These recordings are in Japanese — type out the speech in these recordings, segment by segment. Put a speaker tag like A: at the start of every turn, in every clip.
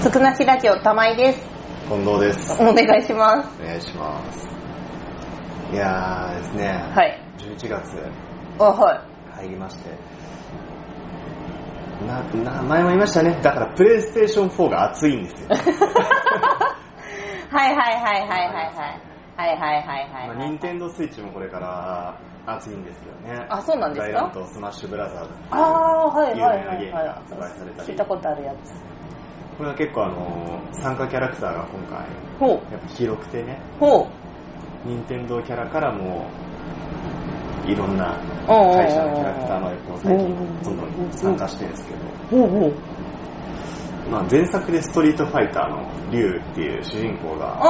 A: つくなしラジオ玉井です。
B: 近藤です。
A: お願いします。
B: お願いします。いやーですね、
A: はい。
B: 11月
A: はい。
B: 入りまして、前も言いましたね。だからプレイステーション4が熱いんですよ。
A: はいはいはいはいはいはいはいはいはい。
B: ニンテンドースイッチもこれから熱いんですよね。
A: あ、そうなんですか。
B: ダイランとスマッシュブラザーズっていう
A: はい
B: 有名なゲームが発売されたり、
A: 聞いたことあるやつ。
B: これは結構参加キャラクターが今回やっぱ広くてね、任天堂キャラからもいろんな会社のキャラクターまでこう最近どんどん参加してるんですけど、前作でストリートファイターのリュウっていう主人公が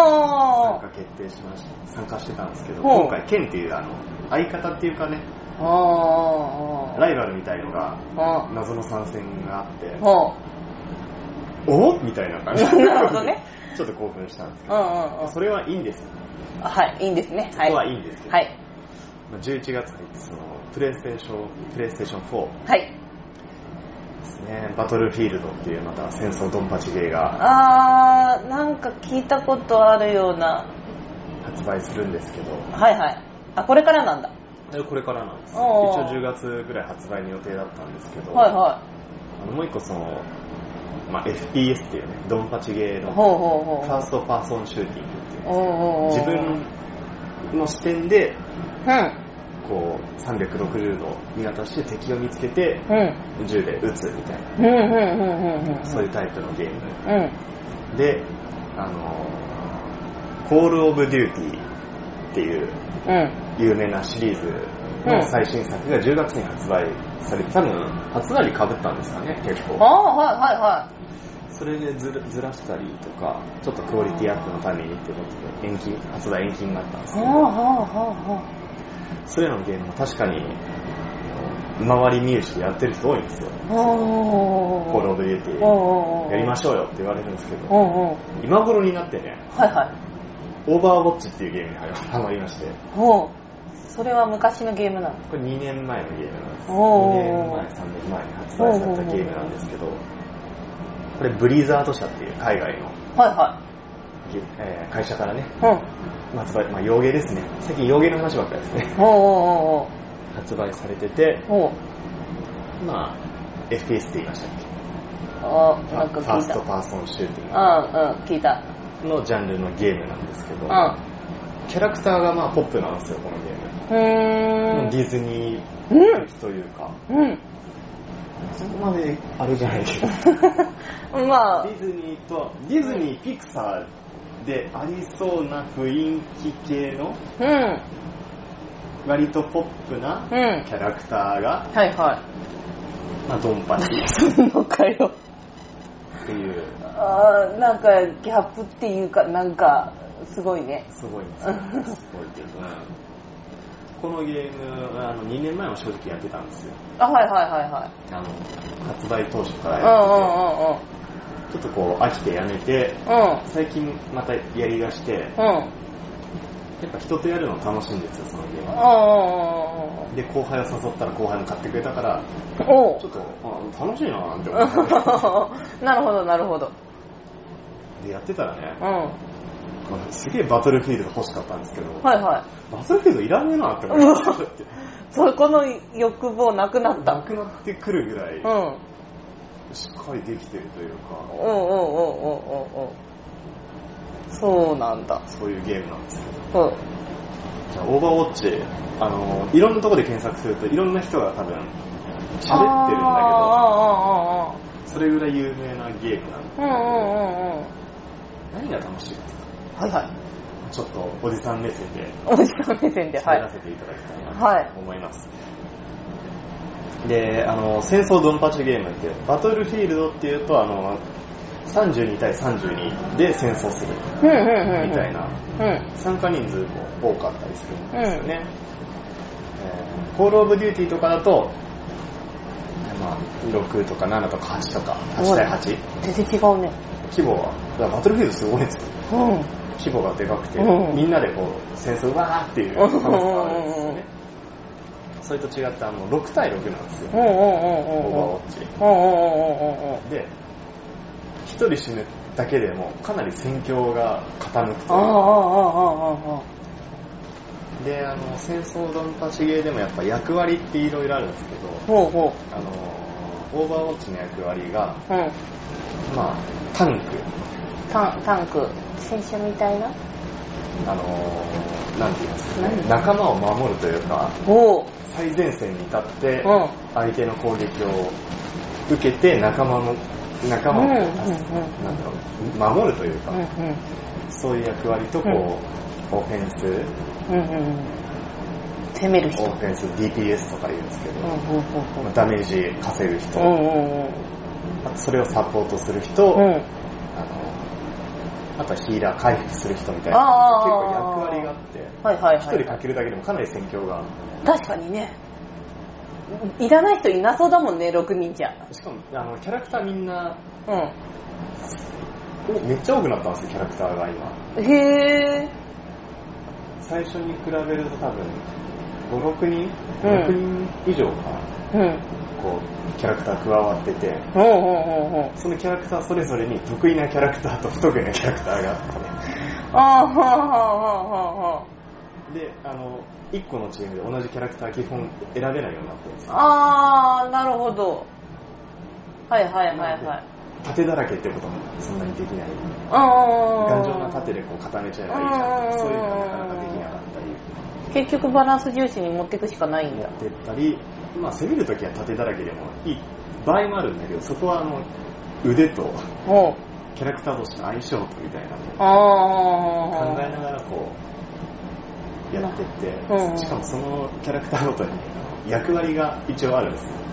B: 参加してたんですけど、今回ケンっていう相方っていうかね、ライバルみたいのが謎の参戦があって、おみたいな感じで
A: なるほどね。
B: ちょっと興奮したんですけど、それはいいんです。
A: はい、いいんですね。
B: そこはいいんですけど、
A: はい、
B: 11月入ってプレイステーション4、
A: はい
B: ですね、バトルフィールドっていうまた戦争ドンパチゲーが
A: なんか聞いたことあるような
B: 発売するんですけど、
A: はいはい。これからなんだ。
B: これからなんです。一応10月ぐらい発売の予定だったんですけど、
A: はいはい。
B: もう一個FPS っていうね、ドンパチゲーのファーストパーソンシューティングっていう自分の視点でこう360度見渡して敵を見つけて銃で撃つみたいな、そういうタイプのゲームで、コールオブデューティーっていう有名なシリーズの最新作が10月に発売されて、多分発売日被ったんですかね、結構。
A: はいはいはい。
B: それでずらしたりとか、ちょっとクオリティアップのためにってことで発売延期になったんですけど、それらのゲームも確かに周り見る人やってる人多いんですよ。コールオブデューティーやりましょうよって言われるんですけど、今頃になってね、オーバーウォッチっていうゲームにハマりまして、
A: それは昔のゲームなの？
B: これ2年前のゲームなんです。2年前、3年前に発売されたゲームなんですけど、これブリザード社っていう海外の会社からね、発売、洋ゲーですね。最近洋ゲーの話ばっかりですね。発売されてて、FPS って言いましたっけ？
A: なんか聞いた。
B: ファーストパーソンシューティング。
A: 聞いた。
B: のジャンルのゲームなんですけど、キャラクターがポップなんですよ、このゲーム。ディズニー的というか、そこまであれじゃないけど、ディズニー、ピクサーでありそうな雰囲気系の、割とポップなキャラクターが、ドンパチ
A: のかよ
B: っていう、
A: なんかギャップっていうか、なんかすごいね。
B: すごいんですよ。すごいけど、このゲーム2年前も正直やってたんですよ。発売当初からやってて、ちょっとこう飽きてやめて、最近またやりだして、やっぱ人とやるの楽しいんですよ、そのゲーム。で、後輩を誘ったら後輩も買ってくれたから、ちょっと楽しいなーって思って。
A: なるほどなるほど。
B: で、やってたらね、すげえバトルフィールド欲しかったんですけど、
A: バ
B: トルフィールドいらねえなって思いました。
A: そこの欲望なくなった。
B: なくなってくるぐらい、しっかりできてるというか、
A: そうなんだ。
B: そういうゲームなんですけど、じゃあオーバーウォッチ、いろんなところで検索するといろんな人が多分喋ってるんだけど、それぐらい有名なゲームなんで、何が楽しいかと、ちょっとおじさん目線で喋らせていただきたいなと思います。で、戦争ドンパチゲームってバトルフィールドっていうと32対32で戦争するみたいな、参加人数も多かったりするんですよね。コールオブデューティーとかだと、6とか7とか8とか8対8、
A: 全然違うね。
B: 規模はバトルフィールドすごいんですよ。規模がでかくて、みんなでこう戦争わーっていう楽しさがあるんですよね。それと違って6対6なんですよ、オーバーウォッチで。1人死ぬだけでもかなり戦況が傾くとで戦争ドンパチゲーでもやっぱ役割っていろいろあるんですけどオーバーウォッチの役割が、まあタンク
A: 戦車みたいな
B: なんて言いますかね、仲間を守るというか最前線に立って相手の攻撃を受けて仲間をなんだろう守るというか、そういう役割とこう、オフェンス、
A: 攻める人、
B: オフェンス DPS とか言うんですけど、ダメージ稼ぐ人、あとそれをサポートする人、あとはヒーラー回復する人みたいな結構役割があって、一人かけるだけでもかなり戦況が
A: 確かにね、いらない人いなそうだもんね、6人じゃ。
B: しかもキャラクターみんな、めっちゃ多くなったんですよ、キャラクターが今。
A: へー。
B: 最初に比べると多分5、6人、6人以上かな、こうキャラクター加わってて、そのキャラクターそれぞれに得意なキャラクターと不得意なキャラクターがあって、で1個のチームで同じキャラクター基本選べないようになってるんですよ。
A: なるほど。
B: 盾だらけってこともそんなにできない。頑丈な盾でこう固めちゃえばいいじゃん。そういうのがなかなかできなかったり。
A: 結局バランス重視に持っていくしかないんだ。
B: 持ってったり、まあ攻めるときは盾だらけでもいい場合もあるんだけど、そこは腕とキャラクターとしての相性みたいなのを考えながらこうやってって、しかもそのキャラクターごとに役割が一応あるんですよ。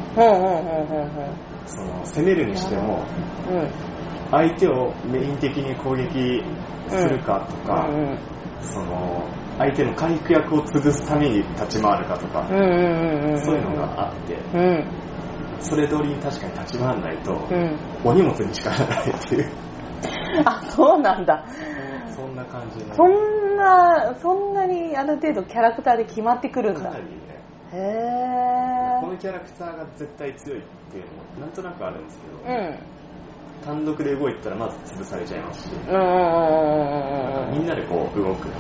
B: 攻めるにしても、相手をメイン的に攻撃するかとか、相手の回復役を潰すために立ち回るかとか、そういうのがあって、それ通りに確かに立ち回らないと、お荷物にしかならないっていう。
A: そうなんだ。
B: そんな感じの。
A: そんなにある程度キャラクターで決まってくるんだ。
B: かなりね。このキャラクターが絶対強いっていうのもなんとなくあるんですけど、単独で動いたらまず潰されちゃいますし、みんなでこう動く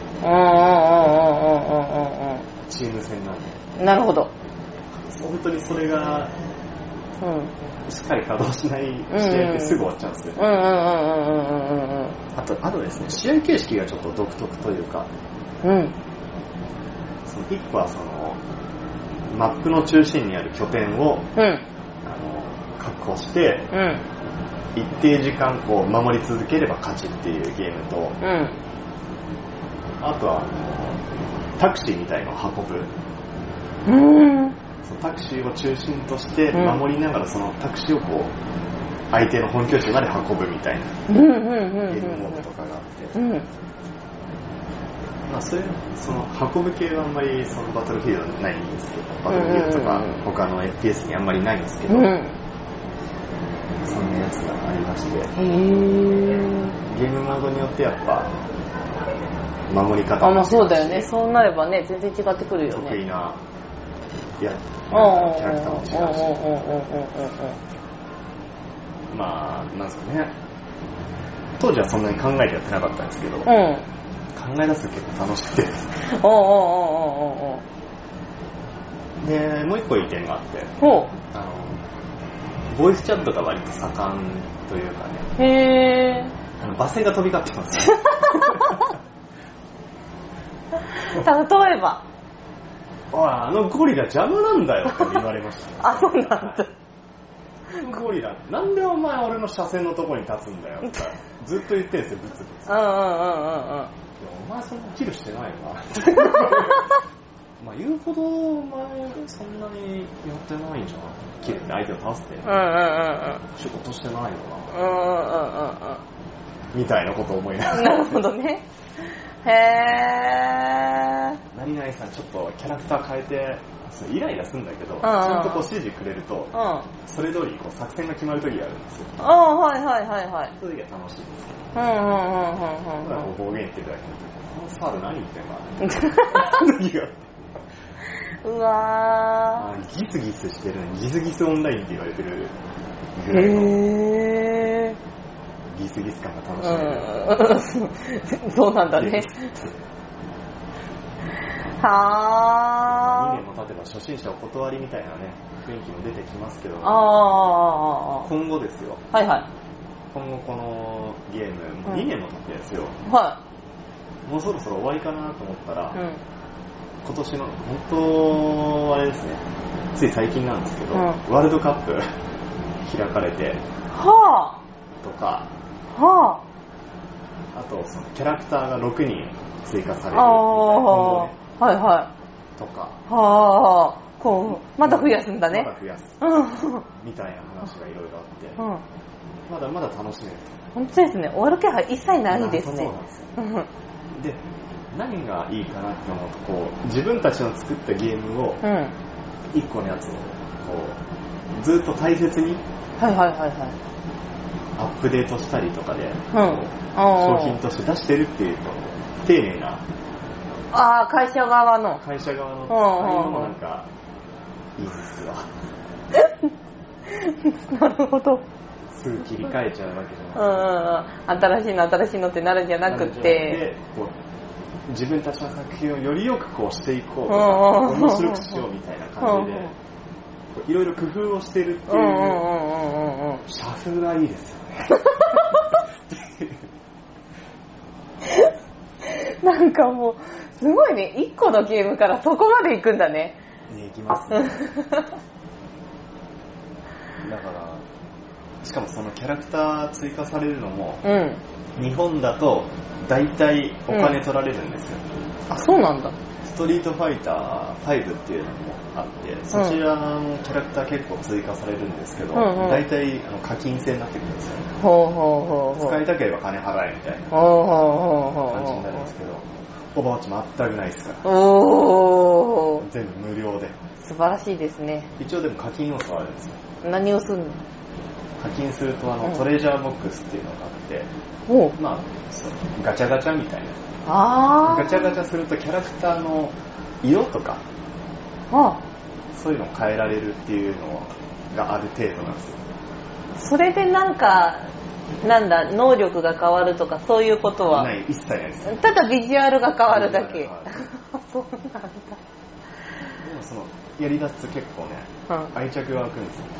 B: チーム戦なんで。
A: なるほど。
B: 本当にそれがしっかり稼働しない試合ってすぐ終わっちゃうんですよ。あとですね、試合形式がちょっと独特というか、1個はマップの中心にある拠点を、確保して、一定時間こう守り続ければ勝ちっていうゲームと、あとはタクシーみたいのを運ぶ、そのタクシーを中心として守りながらそのタクシーをこう相手の本拠地まで運ぶみたいなゲームモードとかがあって、まあ、その運ぶ系はあんまりそのバトルフィールドにないんですけど、バトルフィールドとか他の FPS にあんまりないんですけど、そんなやつがありまして、ゲームモードによってやっぱ守り方も違うし、
A: そうだよね。そうなればね、全然違ってくるよね。
B: 得意なキャラクターも違うし、まあなんですかね、当時はそんなに考えてやってなかったんですけど、考え出すと結構楽しくてで、もう一個いい点があって、ボイスチャットが割と盛んというかね、罵声が飛び交ってますよ
A: 例えば
B: ゴリラ邪魔なんだよって言われました、ね、
A: そうなんだ。
B: ゴリラなんでお前俺の車線のとこに立つんだよってずっと言ってんですよ、ブツブツ。お前そんなキルしてないよなまあ言うほどお前そんなにやってないんじゃん、キルって相手を倒すって仕事してないよなみたいなことを思いながら。
A: なるほどね。へー。
B: 何々さんちょっとキャラクター変えて、イライラするんだけど、ちゃんとこう指示くれると、それ通りこう作戦が決まる時があるんですよ。そういう時は楽しいですけど。ただこう暴言言ってるだけで、このサール何言ってんだ時があって。
A: うわ
B: ー。ギスギスしてるのにギスギスオンラインって言われてるぐらいのギスギス感が楽しめる。
A: そうなんだね。は
B: 2年も経てば初心者お断りみたいなね、雰囲気も出てきますけど、今後ですよ。
A: はいはい。
B: 今後このゲーム、2年も経ってですよ。
A: はい。
B: もうそろそろ終わりかなと思ったら、今年の、本当、あれですね、つい最近なんですけど、ワールドカップ開かれて、とか、あとそのキャラクターが6人追加されるみたいな、
A: はいはい。
B: とか、
A: こうまだ増やすんだね。
B: まだ増やす。みたいな話がいろいろあって、まだまだ楽しめると。
A: 本当ですね。終わる気配一切ないですね。
B: そうなんですよ。で、何がいいかなって思うと、こう自分たちの作ったゲームを、1個のやつをこうずっと大切にアップデートしたりとかで、商品として出してるっていうと丁寧な
A: 会社側の
B: ああいうのもなんかいいですわ。
A: なるほど。
B: すぐ切り替えちゃうわけじゃな
A: くて、新しいのってなるんじゃなくて、
B: 自分たちの作品をよりよくこうしていこうとか、面白くしようみたいな感じで、いろいろ工夫をしてるっていう社風がいいですよね。
A: なんかもうすごいね、1個のゲームからそこまで行くんだね。
B: 行きますね。だからしかもそのキャラクター追加されるのも、日本だと大体お金取られるんですよ。
A: そうなんだ。
B: ストリートファイター5っていうのもあって、そちらのキャラクター結構追加されるんですけど、大体課金制になってくるんですよね。使いたければ金払えみたいな感じになるんですけど、オーバーウォッチ全くないですから。全部無料で。
A: 素晴らしいですね。
B: 一応でも課金要素はあるんですよ。
A: 何をするの？
B: 課金するとトレジャーボックスっていうのがあって、ガチャガチャみたいな。ガチャガチャするとキャラクターの色とか、そういうのを変えられるっていうのがある程度なんですよ。そ
A: れで能力が変わるとかそういうことは
B: ない、一切ないです。
A: ただビジュアルが変わるだけ。そうなんだ。
B: でもそのやりだすと結構ね、愛着が湧くんですよ。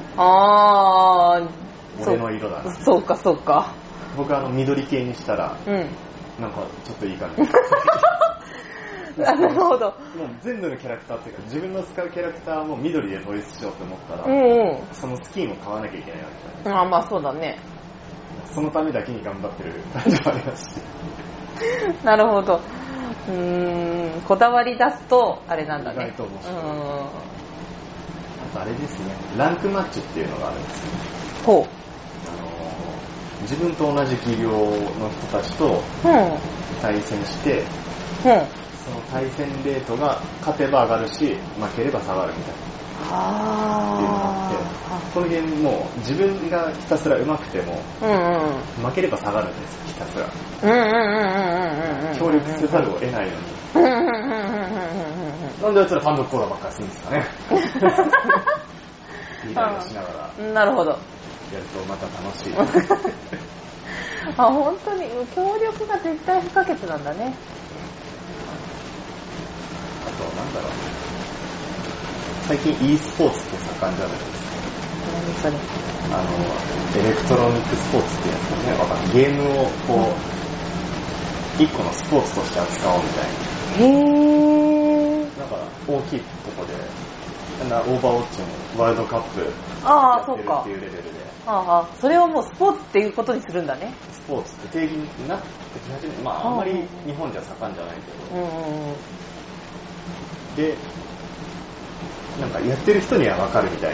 B: 俺の色だな。
A: そうか。
B: 僕緑系にしたら、なんかちょっといい感じ。
A: なるほど。
B: もう全部のキャラクターっていうか、自分の使うキャラクターも緑で統一しようと思ったら、そのスキンを買わなきゃいけないわけじゃない。
A: そうだね。
B: そのためだけに頑張ってる感じもありますし。
A: なるほど。こだわり出すとあれなんだね。
B: 意外と面白い。あとあれですね、ランクマッチっていうのがあるんですよ。自分と同じ企業の人たちと対戦して、その対戦レートが勝てば上がるし、負ければ下がるみたいな。っていうのがあって、このゲームも自分がひたすら上手くても、負ければ下がるんですよ、ひたすら。協力せざるを得ないのに。なんであいつら単独行動ばっかりするんですかね。イライラしながら。
A: なるほど。
B: やるとまた楽しい。
A: 本当に協力が絶対不可欠なんだね。
B: あと最近 e スポーツって盛んじゃないですか。
A: 何それ？
B: エレクトロニックスポーツってやつですね。ゲームをこう、一個のスポーツとして扱おうみたいな。だから大きいとこで、オーバーウォッチのワールドカップやってるっていうレベルで。
A: それをもうスポーツっていうことにするんだね。
B: スポーツって定義になってき始めて、あんまり日本じゃ盛んじゃないけど。で、なんかやってる人には分かるみたいな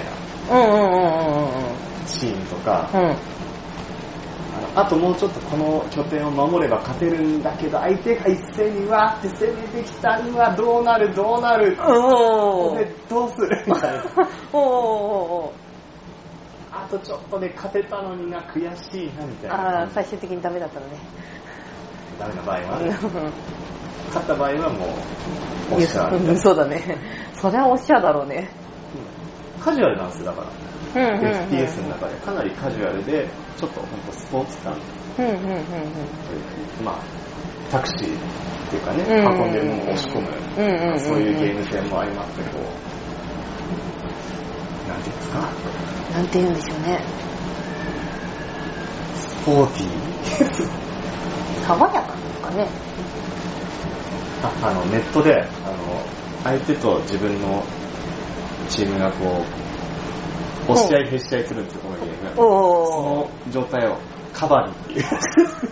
B: シーンとか、あともうちょっとこの拠点を守れば勝てるんだけど、相手が一斉にわーって攻めてきたのはどうなるこれどうするみたいな。あとちょっとで勝てたのにな、悔しいなみたいな。
A: 最終的にダメだったのね。
B: ダメな場合はね。勝った場合はもうおっしゃる。
A: そうだね。それはおっしゃだろうね。
B: カジュアルなんですよ、だから、FPS の中でかなりカジュアルでちょっと本当スポーツ感、まあタクシーっていうかね、運んでるものを押し込む、そういうゲーム性も相まってこう、なんていうんですか、
A: なんて言うんでしょうね、
B: スポーティー
A: 爽やかですかね。
B: ネットで相手と自分のチームがこう押し合いへし合いするんですよ、このゲーム。その状態をカバリっていうなんで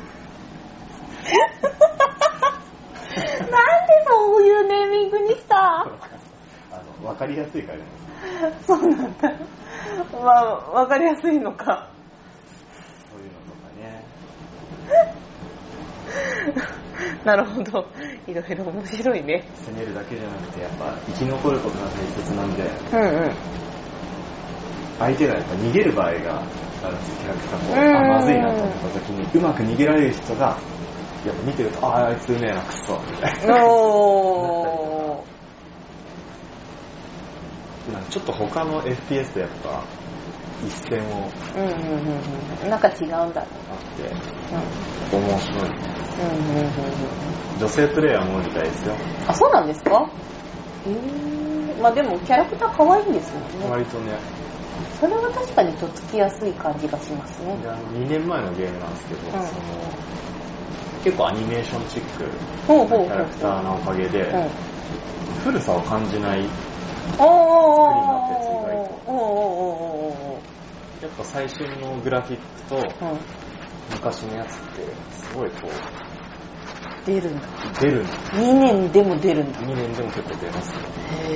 A: そういうネーミングにした
B: 分かりやすいからね。
A: そうなんだ。まあ分かりやすいのか。
B: そういうのとかね。
A: なるほど、いろいろ面白いね。
B: 攻めるだけじゃなくてやっぱ生き残ることが大切なんで、相手がやっぱ逃げる場合があるんですよ、キャラクターこう、まずいなと思った時にうまく逃げられる人がやっぱ見てると、あいつうめえなクソみたいなちょっと他の FPS とやっぱ一線を
A: なんか違うんだあって、
B: 面白い、女性プレイヤーも多いみたいですよ。
A: あ、そうなんですか。まあでもキャラクター可愛いんですもんね。
B: 割とね、
A: それは確かにとっつきやすい感じがしますね。
B: 2年前のゲームなんですけど、結構アニメーションチックなキャラクターのおかげで、古さを感じない作りになってて、意外とやっぱ最新のグラフィックと昔のやつってすごいこう
A: 出るんだ。
B: 2
A: 年でも出るんだ。
B: 2年でも結構出ますね。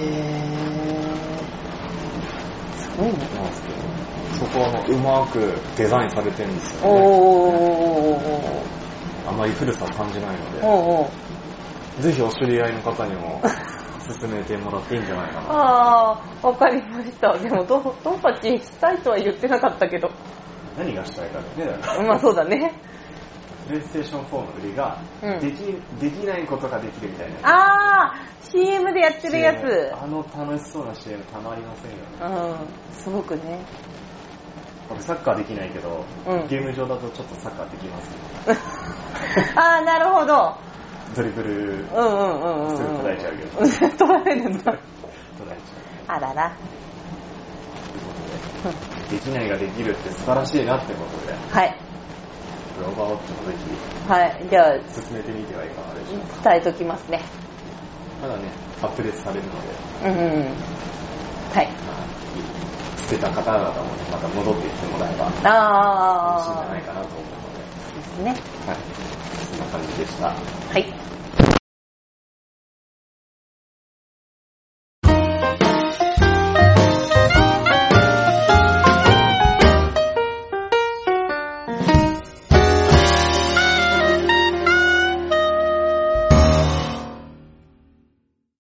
A: すごいね。
B: なんですけど、そこはうまくデザインされてるんですよね。あまり古さを感じないので、ぜひお知り合いの方にも進めてもらっていいんじゃないかな。
A: わかりました。でもドンパチしたいとは言ってなかったけど。
B: 何がしたいかね。
A: まあそうだね。
B: プレイステーション4の売りが、できないことができるみたいな。
A: CM でやってるやつ。
B: 楽しそうな CM たまりませんよね。
A: すごくね。
B: 僕サッカーできないけど、ゲーム上だとちょっとサッカーできます、
A: ね。なるほど。
B: ドリブルすぐ捉えちゃうけど。
A: 捉えるんだ。
B: 捉えちゃう。
A: あらら。
B: ということで、できないができるって素晴らしいなってことで。
A: はい。
B: ブロガーをぜ
A: ひ。はい。じゃあ
B: 進めてみてはいかがでしょうか。
A: 伝えときますね。
B: まだね、アップデートされるので。
A: はい。
B: 捨てた方々もまた戻っていってもらえば楽しいんじゃないかなと思うので。
A: ですね。
B: はい。そんな感じでした。
A: はい。